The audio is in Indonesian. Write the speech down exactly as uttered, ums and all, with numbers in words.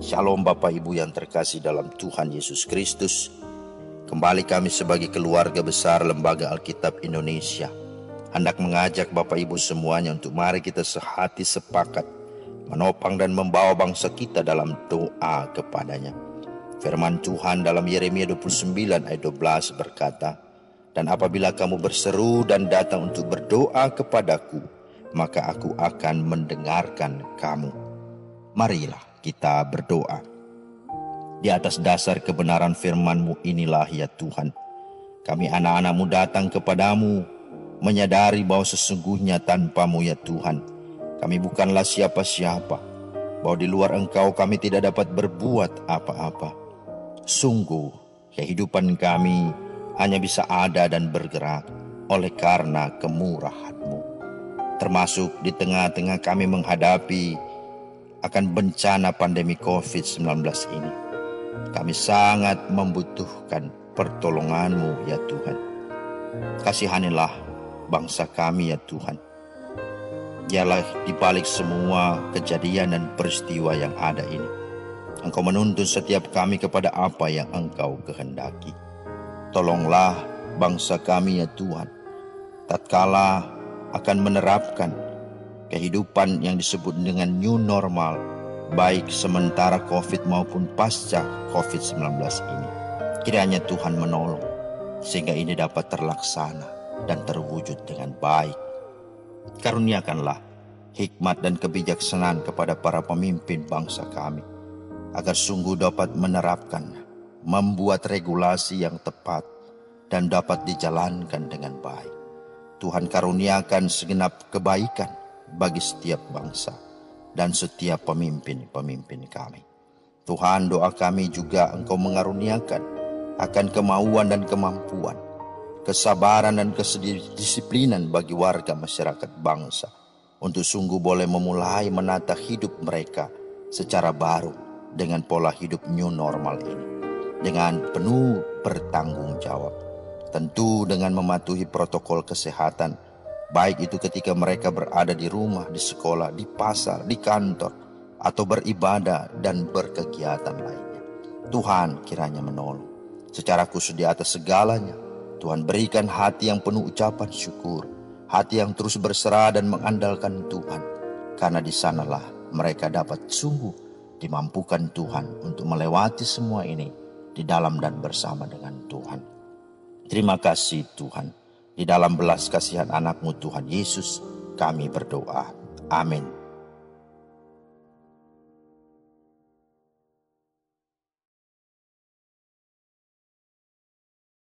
Shalom Bapak Ibu yang terkasih dalam Tuhan Yesus Kristus. Kembali kami sebagai keluarga besar Lembaga Alkitab Indonesia hendak mengajak Bapak Ibu semuanya untuk mari kita sehati sepakat menopang dan membawa bangsa kita dalam doa kepadanya. Firman Tuhan dalam Yeremia dua puluh sembilan ayat dua belas berkata, "Dan apabila kamu berseru dan datang untuk berdoa kepadaku, maka aku akan mendengarkan kamu." Marilah kita berdoa. Di atas dasar kebenaran firman-Mu inilah ya Tuhan, kami anak-anak-Mu datang kepadamu, menyadari bahwa sesungguhnya tanpa-Mu ya Tuhan, kami bukanlah siapa-siapa, bahwa di luar Engkau kami tidak dapat berbuat apa-apa. Sungguh kehidupan kami hanya bisa ada dan bergerak oleh karena kemurahan-Mu. Termasuk di tengah-tengah kami menghadapi akan bencana pandemi covid sembilan belas ini. Kami sangat membutuhkan pertolongan-Mu ya Tuhan. Kasihanilah bangsa kami ya Tuhan. Dialah di balik semua kejadian dan peristiwa yang ada ini. Engkau menuntun setiap kami kepada apa yang Engkau kehendaki. Tolonglah bangsa kami ya Tuhan, tatkala akan menerapkan kehidupan yang disebut dengan new normal, baik sementara COVID maupun pasca covid sembilan belas ini. Kiranya Tuhan menolong sehingga ini dapat terlaksana dan terwujud dengan baik. Karuniakanlah hikmat dan kebijaksanaan kepada para pemimpin bangsa kami, agar sungguh dapat menerapkan, membuat regulasi yang tepat dan dapat dijalankan dengan baik. Tuhan karuniakan segenap kebaikan bagi setiap bangsa dan setiap pemimpin-pemimpin kami. Tuhan, doa kami juga Engkau mengaruniakan akan kemauan dan kemampuan, kesabaran dan kedisiplinan bagi warga masyarakat bangsa untuk sungguh boleh memulai menata hidup mereka secara baru dengan pola hidup new normal ini, dengan penuh bertanggung jawab, tentu dengan mematuhi protokol kesehatan, baik itu ketika mereka berada di rumah, di sekolah, di pasar, di kantor, atau beribadah dan berkegiatan lainnya. Tuhan kiranya menolong. Secara khusus di atas segalanya, Tuhan berikan hati yang penuh ucapan syukur, hati yang terus berserah dan mengandalkan Tuhan, karena di sanalah mereka dapat sungguh dimampukan Tuhan untuk melewati semua ini di dalam dan bersama dengan Tuhan. Terima kasih Tuhan. Di dalam belas kasihan anak-Mu Tuhan Yesus kami berdoa. Amin.